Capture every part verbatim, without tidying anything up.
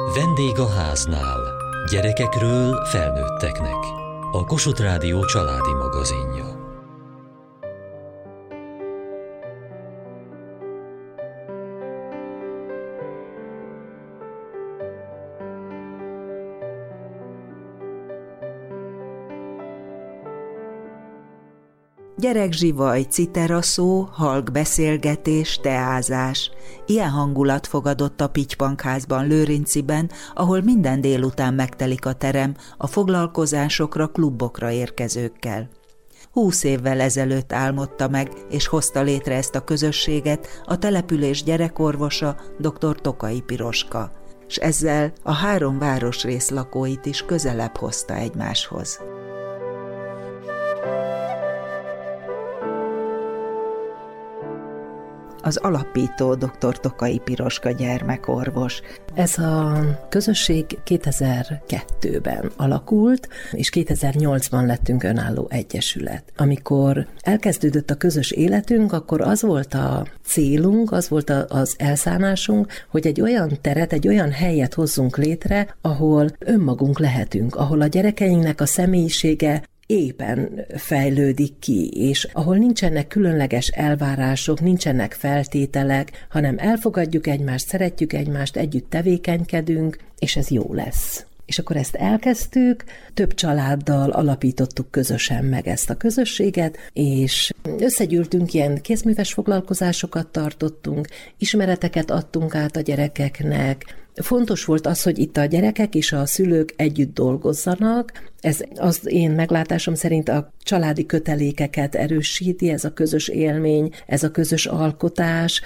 Vendég a háznál. Gyerekekről felnőtteknek. A Kossuth Rádió családi magazinja. Gyerekzsivaj, citeraszó, halk beszélgetés, teázás. Ilyen hangulat fogadott a Pitypankházban, Lőrinciben, ahol minden délután megtelik a terem a foglalkozásokra, klubokra érkezőkkel. Húsz évvel ezelőtt álmodta meg és hozta létre ezt a közösséget a település gyerekorvosa, dr. Tokai Piroska, s ezzel a három városrész lakóit is közelebb hozta egymáshoz. Az alapító dr. Tokai Piroska gyermekorvos. Ez a közösség kétezer-kettőben alakult, és kétezer-nyolcban lettünk önálló egyesület. Amikor elkezdődött a közös életünk, akkor az volt a célunk, az volt az elszánásunk, hogy egy olyan teret, egy olyan helyet hozzunk létre, ahol önmagunk lehetünk, ahol a gyerekeinknek a személyisége éppen fejlődik ki, és ahol nincsenek különleges elvárások, nincsenek feltételek, hanem elfogadjuk egymást, szeretjük egymást, együtt tevékenykedünk, és ez jó lesz. És akkor ezt elkezdtük, több családdal alapítottuk közösen meg ezt a közösséget, és összegyűltünk, ilyen kézműves foglalkozásokat tartottunk, ismereteket adtunk át a gyerekeknek. Fontos volt az, hogy itt a gyerekek és a szülők együtt dolgozzanak. Ez az én meglátásom szerint a családi kötelékeket erősíti, ez a közös élmény, ez a közös alkotás,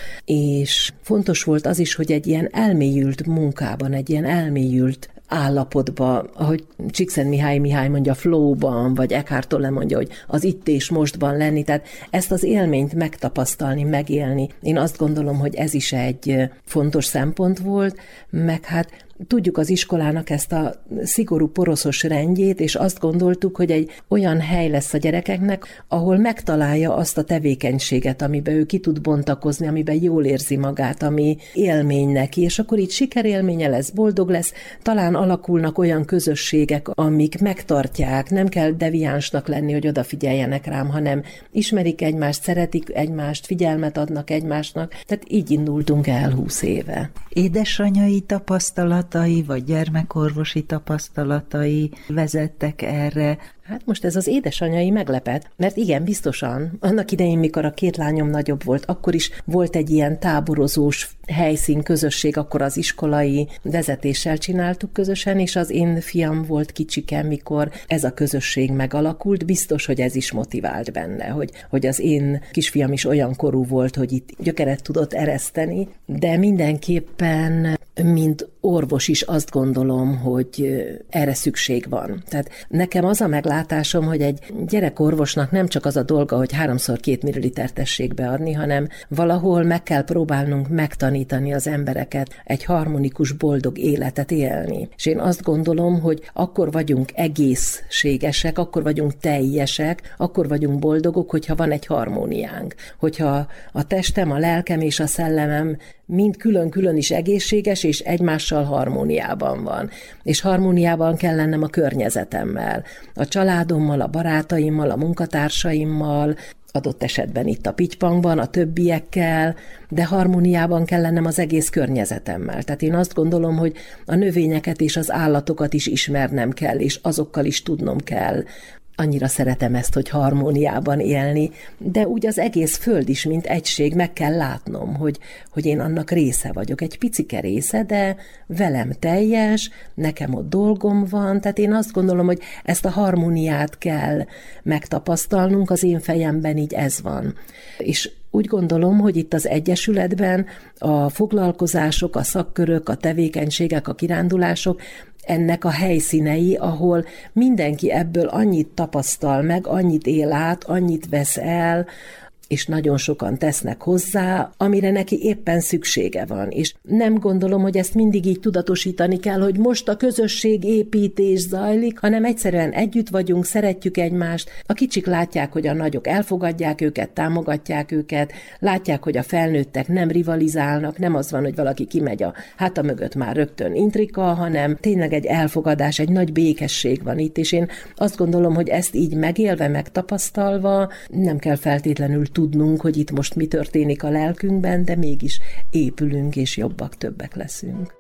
és fontos volt az is, hogy egy ilyen elmélyült munkában, egy ilyen elmélyült állapotba, ahogy Csíkszent Mihály Mihály mondja, flowban, vagy Eckhart Tolle mondja, hogy az itt és mostban lenni, tehát ezt az élményt megtapasztalni, megélni. Én azt gondolom, hogy ez is egy fontos szempont volt, meg hát tudjuk az iskolának ezt a szigorú poroszos rendjét, és azt gondoltuk, hogy egy olyan hely lesz a gyerekeknek, ahol megtalálja azt a tevékenységet, amiben ő ki tud bontakozni, amiben jól érzi magát, ami élmény neki, és akkor így sikerélménye lesz, boldog lesz, talán alakulnak olyan közösségek, amik megtartják, nem kell deviánsnak lenni, hogy odafigyeljenek rám, hanem ismerik egymást, szeretik egymást, figyelmet adnak egymásnak, tehát így indultunk el húsz éve. Édesanyai tapasztalatai, vagy gyermekorvosi tapasztalatai vezettek erre? Hát most ez az édesanyai meglepett, mert igen, biztosan, annak idején, mikor a két lányom nagyobb volt, akkor is volt egy ilyen táborozós helyszín, közösség, akkor az iskolai vezetéssel csináltuk közösen, és az én fiam volt kicsike, mikor ez a közösség megalakult, biztos, hogy ez is motivált benne, hogy, hogy az én kisfiam is olyan korú volt, hogy itt gyökeret tudott ereszteni, de mindenképpen mint orvos is azt gondolom, hogy erre szükség van. Tehát nekem az a meglátásom, hogy egy gyerekorvosnak nem csak az a dolga, hogy háromszor két milliliter tessék beadni, hanem valahol meg kell próbálnunk megtanítani az embereket egy harmonikus, boldog életet élni. És én azt gondolom, hogy akkor vagyunk egészségesek, akkor vagyunk teljesek, akkor vagyunk boldogok, hogyha van egy harmóniánk. Hogyha a testem, a lelkem és a szellemem mind külön-külön is egészséges, és egymással harmóniában van. És harmóniában kell lennem a környezetemmel, a családommal, a barátaimmal, a munkatársaimmal, adott esetben itt a Pitypankban, a többiekkel, de harmóniában kell lennem az egész környezetemmel. Tehát én azt gondolom, hogy a növényeket és az állatokat is ismernem kell, és azokkal is tudnom kell. Annyira szeretem ezt, hogy harmóniában élni, de úgy az egész föld is, mint egység, meg kell látnom, hogy, hogy én annak része vagyok. Egy picike része, de velem teljes, nekem ott dolgom van, tehát én azt gondolom, hogy ezt a harmóniát kell megtapasztalnunk, az én fejemben így ez van. És úgy gondolom, hogy itt az Egyesületben a foglalkozások, a szakkörök, a tevékenységek, a kirándulások ennek a helyszínei, ahol mindenki ebből annyit tapasztal meg, annyit él át, annyit vesz el, és nagyon sokan tesznek hozzá, amire neki éppen szüksége van. És nem gondolom, hogy ezt mindig így tudatosítani kell, hogy most a közösségépítés zajlik, hanem egyszerűen együtt vagyunk, szeretjük egymást, a kicsik látják, hogy a nagyok elfogadják őket, támogatják őket, látják, hogy a felnőttek nem rivalizálnak, nem az van, hogy valaki kimegy a háta mögött már rögtön intrika, hanem tényleg egy elfogadás, egy nagy békesség van itt, és én azt gondolom, hogy ezt így megélve, megtapasztalva nem kell feltétlenül tudnunk, hogy itt most mi történik a lelkünkben, de mégis épülünk, és jobbak, többek leszünk.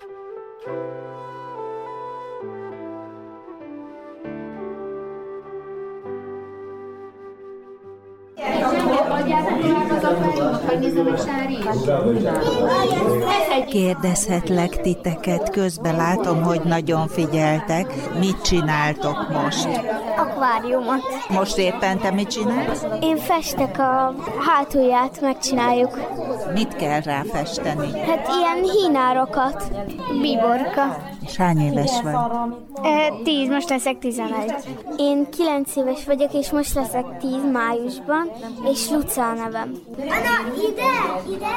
Kérdezhetlek titeket, közben látom, hogy nagyon figyeltek. Mit csináltok most? Akváriumot. Most éppen te mit csinálsz? Én festek a hátulját, megcsináljuk. Mit kell rá festeni? Hát ilyen hínárokat. Bíborka. És hány éves vagy? E, tíz, most leszek tizenegy. Én kilenc éves vagyok, és most leszek tíz májusban, és Luca a nevem. Anna, ide, ide,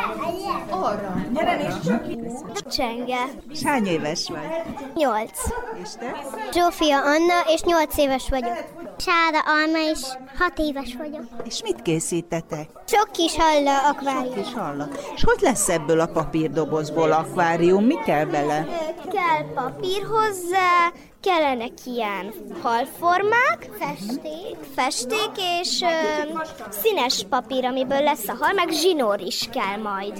arra. Gyere, nézd csak ide. Csenge. És hány éves vagy? Nyolc. És te? Zsófia Anna, és nyolc éves vagyok. Sára Alma, és hat éves vagyok. És mit készítetek? Sok kis halla akvárium. Kis halla. És hogy lesz ebből a papírdobozból akvárium? Mi kell bele? Kell papír hozzá, kellenek ilyen halformák, festék, festék és ö, színes papír, amiből lesz a hal, meg zsinór is kell majd.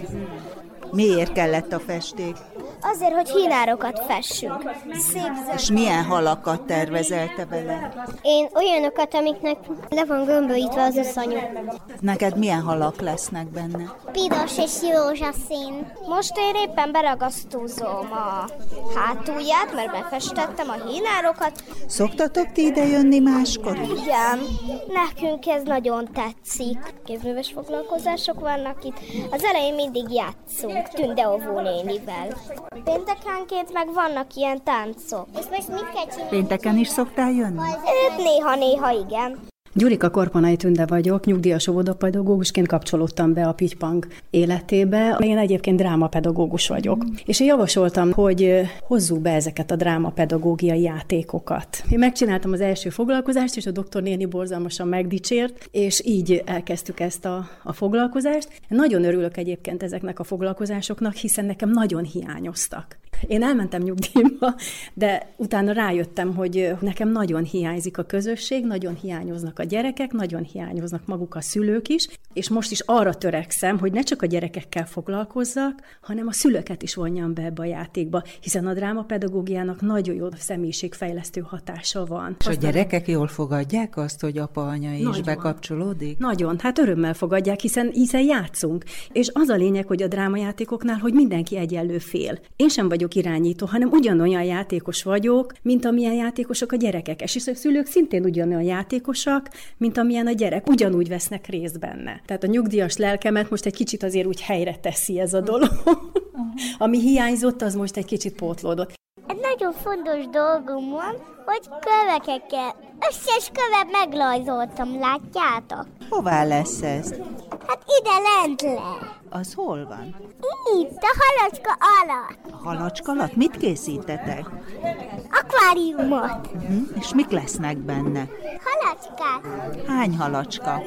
Miért kellett a festék? Azért, hogy hínárokat fessünk. Szép És milyen halakat tervezel te bele? Én olyanokat, amiknek le van gömbölítve az összanyú. Neked milyen halak lesznek benne? Piros és rózsaszín. Most én éppen beragasztózom a hátulját, mert befestettem a hínárokat. Szoktatok ti ide jönni máskor? Igen, nekünk ez nagyon tetszik. Kézműves foglalkozások vannak itt. Az elején mindig játszunk Tünde Óvó nénivel. Péntekenként meg vannak ilyen táncok. És most mit kell csinálni? Pénteken is szoktál jönni? Néha-néha igen. Gyurika Korponai Tünde vagyok, nyugdíjas óvodapedagógusként kapcsolódtam be a Pittypunk életébe. Én egyébként drámapedagógus vagyok. És én javasoltam, hogy hozzuk be ezeket a drámapedagógiai játékokat. Én megcsináltam az első foglalkozást, és a doktor néni borzalmasan megdicsért, és így elkezdtük ezt a, a foglalkozást. Én nagyon örülök egyébként ezeknek a foglalkozásoknak, hiszen nekem nagyon hiányoztak. Én elmentem nyugdíjba, de utána rájöttem, hogy nekem nagyon hiányzik a közösség, nagyon hiányoznak a gyerekek, nagyon hiányoznak maguk a szülők is, és most is arra törekszem, hogy ne csak a gyerekekkel foglalkozzak, hanem a szülőket is vonjam be ebbe a játékba, hiszen a drámapedagógiának nagyon jó személyiségfejlesztő hatása van. És a gyerekek jól fogadják azt, hogy apa-anya is nagyon bekapcsolódik? Nagyon, hát örömmel fogadják, hiszen, hiszen játszunk. És az a lényeg, hogy a drámajátékoknál, hogy mindenki egyenlő fél. Én sem vagyok irányító, hanem ugyanolyan játékos vagyok, mint amilyen játékosok a gyerekek. És a szülők szintén ugyanolyan játékosak, mint amilyen a gyerek. Ugyanúgy vesznek részt benne. Tehát a nyugdíjas lelkemet most egy kicsit azért úgy helyre teszi ez a dolog. Ami hiányzott, az most egy kicsit pótlódott. Egy nagyon fontos dolgom van, hogy kövekkel. Összes követ megrajzoltam, látjátok? Hová lesz ez? Hát ide lent le. Az hol van? Itt, a halacska alatt. A halacska alatt? Mit készítetek? Akváriumot. Hm? És mik lesznek benne? Halacskák. Hány halacska?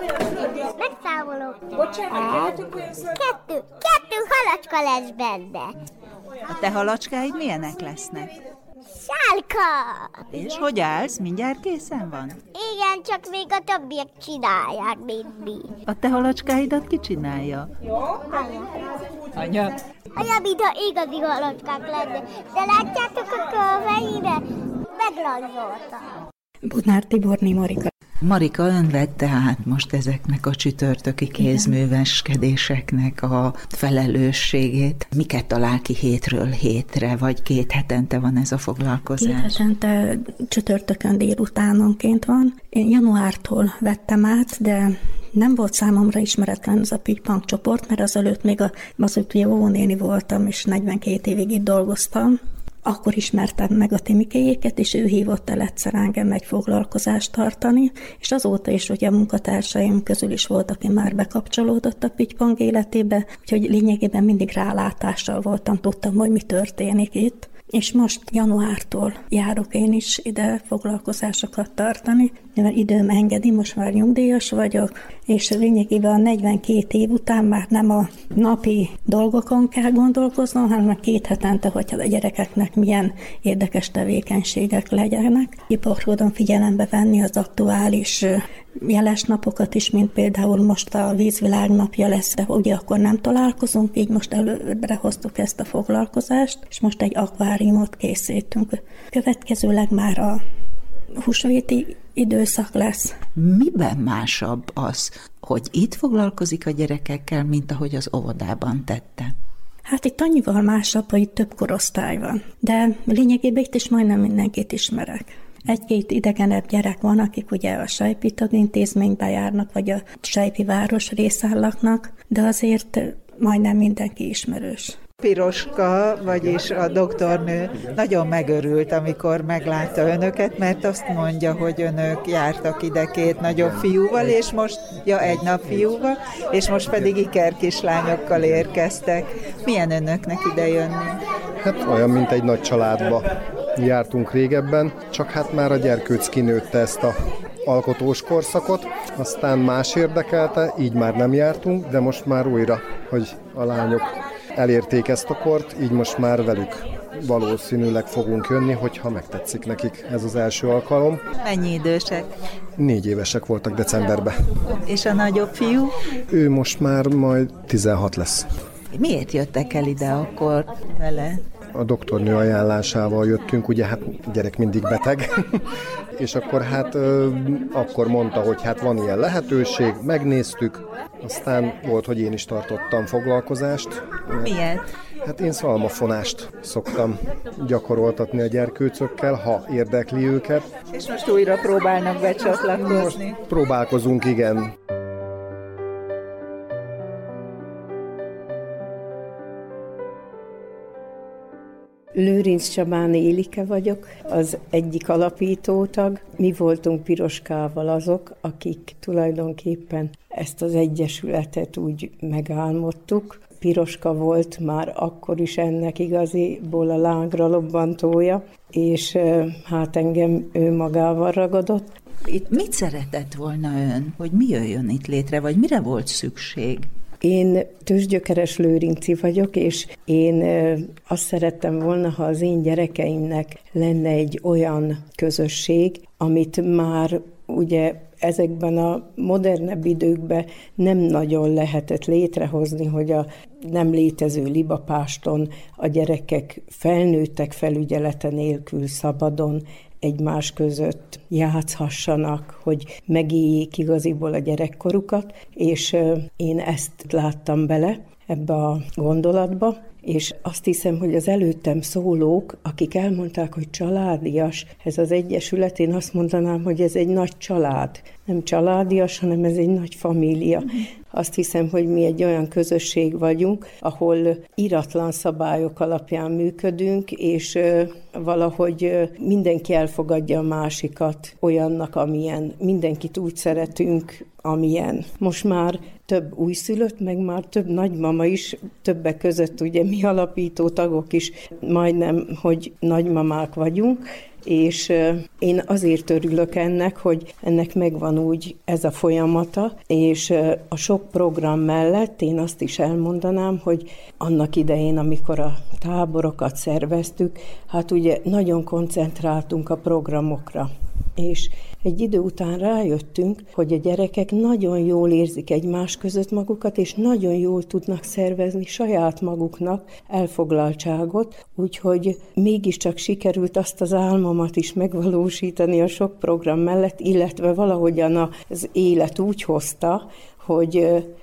Megszámolok. Bocsánat. Kettő. Kettő halacska lesz benne. A te halacskáid milyenek lesznek? Sálka. És hogy állsz? Mindjárt készen van? Igen, csak még a többiek csinálják, mint mi. A te halacskáidat ki csinálja? Anya. Anya? Anya, mintha igazi halacskák lenne. De látjátok a köveire? Megrajzoltam. Bodnár Tiborné Marika. Marika, ön vette át most ezeknek a csütörtöki kézműveskedéseknek a felelősségét. Miket talál ki hétről hétre, vagy két hetente van ez a foglalkozás? Két hetente csütörtökön délutánonként van. Én januártól vettem át, de nem volt számomra ismeretlen ez a Pittypunk csoport, mert azelőtt még a, azelőtt ugye óvónéni voltam, és negyvenkét évig itt dolgoztam. Akkor ismertem meg a Timikéjéket, és ő hívott el egyszer engem egy foglalkozást tartani, és azóta is ugye a munkatársaim közül is volt, aki már bekapcsolódott a Pitypang életébe, úgyhogy lényegében mindig rálátással voltam, tudtam, hogy mi történik itt. És most januártól járok én is ide foglalkozásokat tartani, mivel időm engedi, most már nyugdíjas vagyok, és lényegében a negyvenkét év után már nem a napi dolgokon kell gondolkoznom, hanem a két hetente, hogyha a gyerekeknek milyen érdekes tevékenységek legyenek. Igyekszem figyelembe venni az aktuális jeles napokat is, mint például most a vízvilág napja lesz, de ugye akkor nem találkozunk, így most előbbre hoztuk ezt a foglalkozást, és most egy akváriumot készítünk. Következőleg már a húsvéti időszak lesz. Miben másabb az, hogy itt foglalkozik a gyerekekkel, mint ahogy az óvodában tette? Hát itt annyival másabb, hogy itt több korosztály van, de lényegében itt is majdnem mindenkit ismerek. Egy-két idegenebb gyerek van, akik ugye a Sejpi tagintézménybe járnak, vagy a Sejpi város részen laknak, de azért majdnem mindenki ismerős. Piroska, vagyis a doktornő nagyon megörült, amikor meglátta önöket, mert azt mondja, hogy önök jártak ide két nagyobb fiúval, és most, ja, egy nap fiúval, és most pedig ikerkislányokkal érkeztek. Milyen önöknek ide jönni? Hát olyan, mint egy nagy családba jártunk régebben, csak hát már a gyerkőc kinőtte ezt a alkotós korszakot, aztán más érdekelte, így már nem jártunk, de most már újra, hogy a lányok elérték ezt a kort, így most már velük valószínűleg fogunk jönni, hogyha megtetszik nekik ez az első alkalom. Mennyi idősek? Négy évesek voltak decemberben. És a nagyobb fiú? Ő most már majd tizenhat lesz. Miért jöttek el ide akkor vele? A doktornő ajánlásával jöttünk, ugye hát a gyerek mindig beteg, és akkor hát ö, akkor mondta, hogy hát van ilyen lehetőség, megnéztük, aztán volt, hogy én is tartottam foglalkozást. Milyen? Hát én szalmafonást szoktam gyakoroltatni a gyerkőcökkel, ha érdekli őket. És most újra próbálnak becsatlakozni? Most próbálkozunk, igen. Lőrinc Csabáné Ilike vagyok, az egyik alapítótag. Mi voltunk Piroskával azok, akik tulajdonképpen ezt az egyesületet úgy megálmodtuk. Piroska volt már akkor is ennek igaziból a lángra lobbantója, és hát engem ő magával ragadott. Itt mit szeretett volna ön, hogy mi jöjjön itt létre, vagy mire volt szükség? Én tőzsgyökeres lőrinci vagyok, és én azt szerettem volna, ha az én gyerekeimnek lenne egy olyan közösség, amit már ugye ezekben a modernebb időkben nem nagyon lehetett létrehozni, hogy a nem létező libapáston a gyerekek felnőttek felügyelete nélkül szabadon egymás között játszhassanak, hogy megéljék igaziból a gyerekkorukat, és én ezt láttam bele ebbe a gondolatba, és azt hiszem, hogy az előttem szólók, akik elmondták, hogy családias ez az egyesület, én azt mondanám, hogy ez egy nagy család. Nem családias, hanem ez egy nagy família. Azt hiszem, hogy mi egy olyan közösség vagyunk, ahol íratlan szabályok alapján működünk, és valahogy mindenki elfogadja a másikat olyannak, amilyen. Mindenkit úgy szeretünk, amilyen. Most már több újszülött, meg már több nagymama is, többek között ugye mi alapító tagok is majdnem, hogy nagymamák vagyunk, és én azért örülök ennek, hogy ennek megvan úgy ez a folyamata, és a sok program mellett én azt is elmondanám, hogy annak idején, amikor a táborokat szerveztük, hát ugye nagyon koncentráltunk a programokra, és egy idő után rájöttünk, hogy a gyerekek nagyon jól érzik egymás között magukat, és nagyon jól tudnak szervezni saját maguknak elfoglaltságot, úgyhogy mégiscsak sikerült azt az álmomat is megvalósítani a sok program mellett, illetve valahogyan az élet úgy hozta, hogy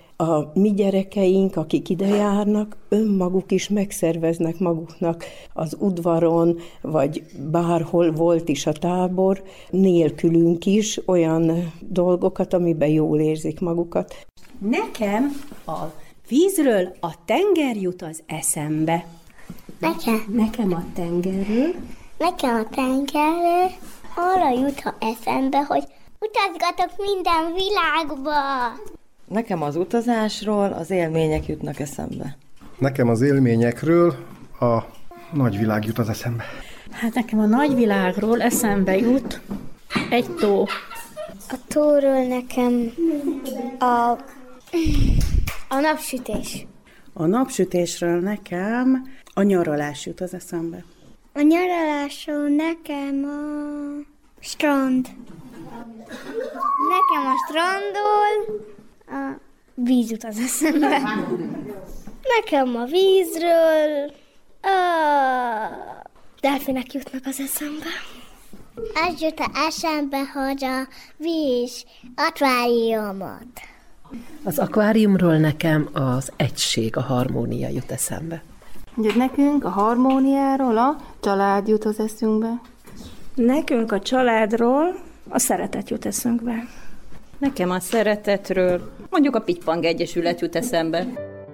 a mi gyerekeink, akik ide járnak, önmaguk is megszerveznek maguknak az udvaron, vagy bárhol volt is a tábor, nélkülünk is olyan dolgokat, amiben jól érzik magukat. Nekem a vízről a tenger jut az eszembe. Nekem. Nekem a tengerről. Nekem a tengerről arra jut, ha eszembe, hogy utazgatok minden világba. Nekem az utazásról az élmények jutnak eszembe. Nekem az élményekről a nagyvilág jut az eszembe. Hát nekem a nagyvilágról eszembe jut egy tó. A tóról nekem a, a napsütés. A napsütésről nekem a nyaralás jut az eszembe. A nyaralásról nekem a strand. Nekem a strandról a víz jut az eszembe. Nekem a vízről a delfinek jutnak az eszembe. Az jut eszembe, hogy a víz akváriumot. Az akváriumról nekem az egység, a harmónia jut eszembe. Ugye nekünk a harmóniáról a család jut az eszünkbe. Nekünk a családról a szeretet jut eszünkbe. Nekem a szeretetről mondjuk a Pitypang Egyesület jut eszembe.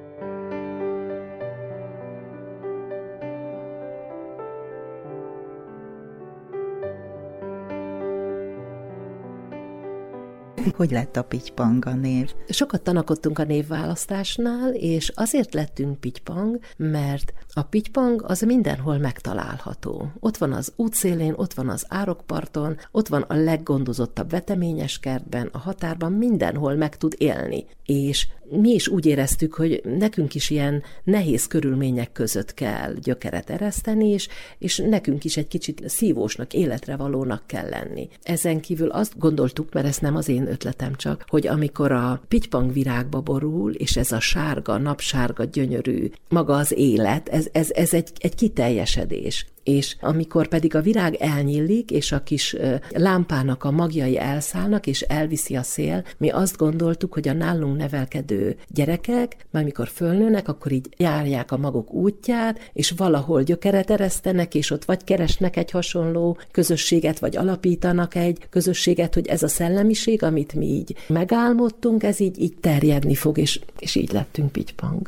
Hogy lett a Pitypang a név? Sokat tanakodtunk a névválasztásnál, és azért lettünk Pitypang, mert a Pitypang az mindenhol megtalálható. Ott van az útszélén, ott van az árokparton, ott van a leggondozottabb veteményes kertben, a határban, mindenhol meg tud élni. És mi is úgy éreztük, hogy nekünk is ilyen nehéz körülmények között kell gyökeret ereszteni, és, és nekünk is egy kicsit szívósnak, életre valónak kell lenni. Ezen kívül azt gondoltuk, mert ez nem az én ötletem csak, hogy amikor a Pitypang virágba borul, és ez a sárga, napsárga, gyönyörű, maga az élet, ez, ez, ez egy, egy kiteljesedés. És amikor pedig a virág elnyílik, és a kis lámpának a magjai elszállnak, és elviszi a szél, mi azt gondoltuk, hogy a nálunk nevelkedő gyerekek, majd mikor fölnőnek, akkor így járják a maguk útját, és valahol gyökeret eresztenek, és ott vagy keresnek egy hasonló közösséget, vagy alapítanak egy közösséget, hogy ez a szellemiség, amit mi így megálmodtunk, ez így, így terjedni fog, és, és így lettünk Pitypang.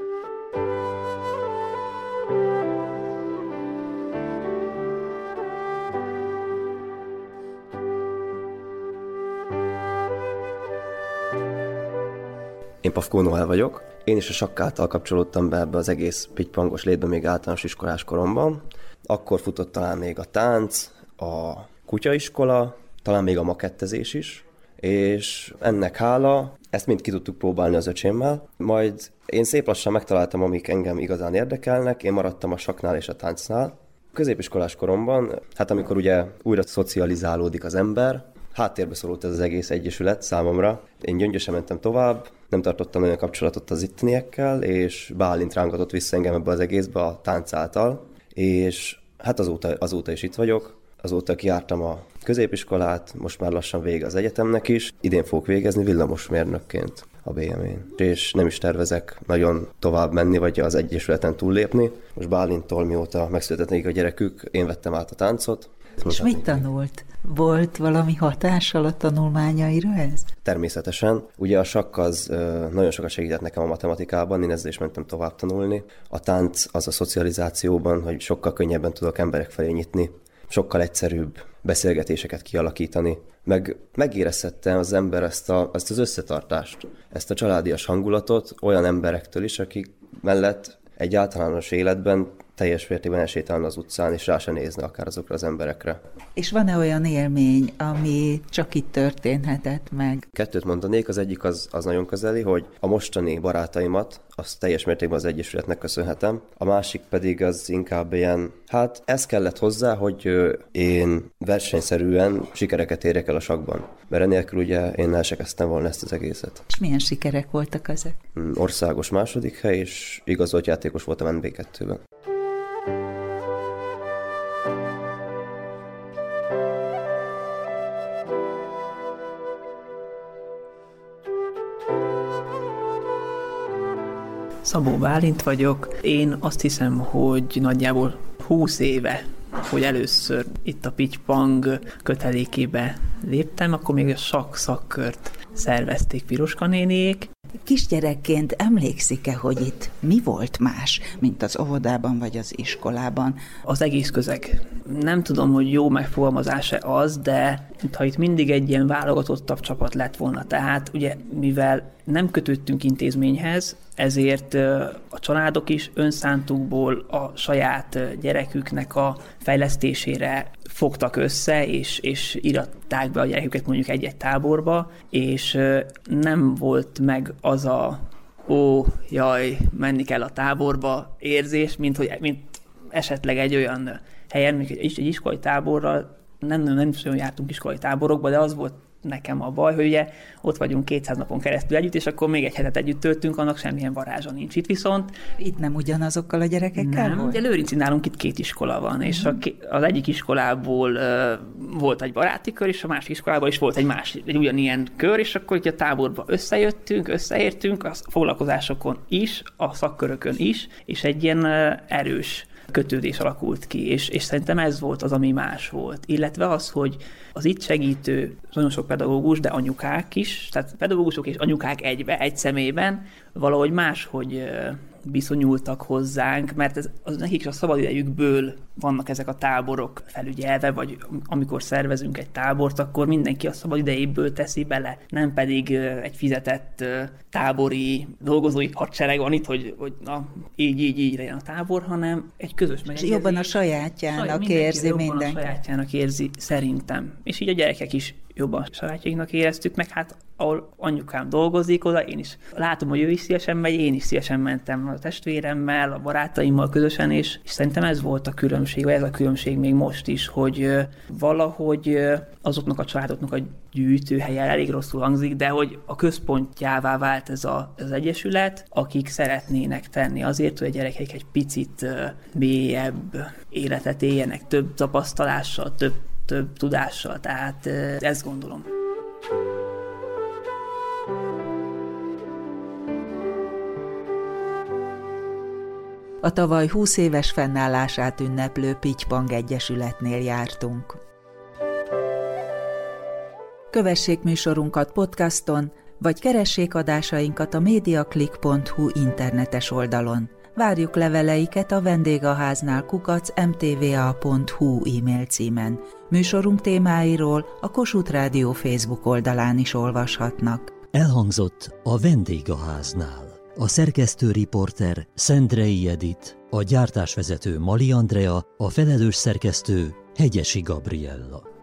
Én Pafkó Noel vagyok. Én is a sakk által kapcsolódtam be ebbe az egész pitypangos létbe még általános iskolás koromban. Akkor futott talán még a tánc, a kutyaiskola, talán még a makettezés is, és ennek hála, ezt mind ki tudtuk próbálni az öcsémmel. Majd én szép lassan megtaláltam, amik engem igazán érdekelnek, én maradtam a sakknál és a táncnál. Középiskolás koromban, hát amikor ugye újra szocializálódik az ember, háttérbe szorult ez az egész egyesület számomra. Én gyöngyösen mentem tovább, nem tartottam olyan kapcsolatot az itteniekkel, és Bálint rángatott vissza engem ebbe az egészbe a tánc által, és hát azóta, azóta is itt vagyok. Azóta kijártam a középiskolát, most már lassan vége az egyetemnek is. Idén fogok végezni villamosmérnökként a bé em én. És nem is tervezek nagyon tovább menni, vagy az egyesületen túllépni. Most Bálintól, mióta megszületett nekik a gyerekük, én vettem át a táncot. És mit tanult? Volt valami hatással a tanulmányaira ez? Természetesen. Ugye a sakk az nagyon sokat segített nekem a matematikában, én ezzel is mentem tovább tanulni. A tánc az a szocializációban, hogy sokkal könnyebben tudok emberek felé nyitni, sokkal egyszerűbb beszélgetéseket kialakítani, meg megérezhettem az ember ezt, a, ezt az összetartást, ezt a családias hangulatot olyan emberektől is, akik mellett egy általános életben teljes mértékben elsétálni az utcán, és rá se nézni akár azokra az emberekre. És van-e olyan élmény, ami csak itt történhetett meg? Kettőt mondanék, az egyik az, az nagyon közeli, hogy a mostani barátaimat, azt teljes mértékben az egyesületnek köszönhetem. A másik pedig az inkább ilyen, hát ez kellett hozzá, hogy én versenyszerűen sikereket érjek el a sakkban. Mert enélkül ugye én el se kezdtem volna ezt az egészet. És milyen sikerek voltak ezek? Országos második hely, és igazolt játékos voltam en bé kettőben. Szabó Bálint vagyok. Én azt hiszem, hogy nagyjából húsz éve, hogy először itt a Pitypang kötelékébe léptem, akkor még a sakk szakkört szervezték Piroska néniék, Kisgyerekként emlékszik-e, hogy itt mi volt más, mint az óvodában vagy az iskolában? Az egész közeg. Nem tudom, hogy jó megfogalmazása az, de ha itt mindig egy ilyen válogatottabb csapat lett volna. Tehát ugye, mivel nem kötöttünk intézményhez, ezért a családok is önszántukból a saját gyereküknek a fejlesztésére fogtak össze, és, és iratták be a gyereküket mondjuk egy-egy táborba, és nem volt meg az a ó, jaj, menni kell a táborba érzés, mint, hogy, mint esetleg egy olyan helyen, mondjuk egy, egy iskolai táborral, nem, nem, nem nem jártunk iskolai táborokba, de az volt nekem a baj, hogy ugye ott vagyunk kétszáz napon keresztül együtt, és akkor még egy hetet együtt töltünk, annak semmilyen varázsa nincs itt viszont. Itt nem ugyanazokkal a gyerekekkel Nem, volt? ugye Lőrincin nálunk itt két iskola van, és a, az egyik iskolából uh, volt egy baráti kör, és a másik iskolában is volt egy másik, egy ugyanilyen kör, és akkor itt a táborba összejöttünk, összeértünk, a foglalkozásokon is, a szakkörökön is, és egy ilyen uh, erős kötődés alakult ki, és, és szerintem ez volt az, ami más volt. Illetve az, hogy az itt segítő nagyon sok pedagógus, de anyukák is, tehát pedagógusok és anyukák egybe, egy személyben valahogy máshogy viszonyultak hozzánk, mert ez, az nekik is a szabadidejükből vannak ezek a táborok felügyelve, vagy amikor szervezünk egy tábort, akkor mindenki a szabadidejéből teszi bele, nem pedig egy fizetett tábori dolgozói hadsereg van itt, hogy, hogy na, így, így, így legyen a tábor, hanem egy közös megegyezés. Jobban a sajátjának mindenki érzi jobban mindenki. a sajátjának érzi, szerintem. És így a gyerekek is jobban sajátjaiknak éreztük, meg hát ahol anyukám dolgozik oda, én is látom, hogy ő is szívesen megy, én is szívesen mentem a testvéremmel, a barátaimmal közösen, és, és szerintem ez volt a különbség, vagy ez a különbség még most is, hogy valahogy azoknak a családoknak a gyűjtőhelye elég rosszul hangzik, de hogy a központjává vált ez a, az egyesület, akik szeretnének tenni azért, hogy a gyerekek egy picit mélyebb életet éljenek, több tapasztalással, több több tudással, tehát ezt gondolom. A tavaly húsz éves fennállását ünneplő Pitypang Egyesületnél jártunk. Kövessék műsorunkat podcaston, vagy keressék adásainkat a mediaclick pont hu internetes oldalon. Várjuk leveleiket a vendégháznál kukac em té vé á pont hu e-mail címen. Műsorunk témáiról a Kossuth Rádió Facebook oldalán is olvashatnak. Elhangzott a vendégháznál. A szerkesztő riporter Szendrei Edith, a gyártásvezető Mali Andrea, a felelős szerkesztő Hegyesi Gabriella.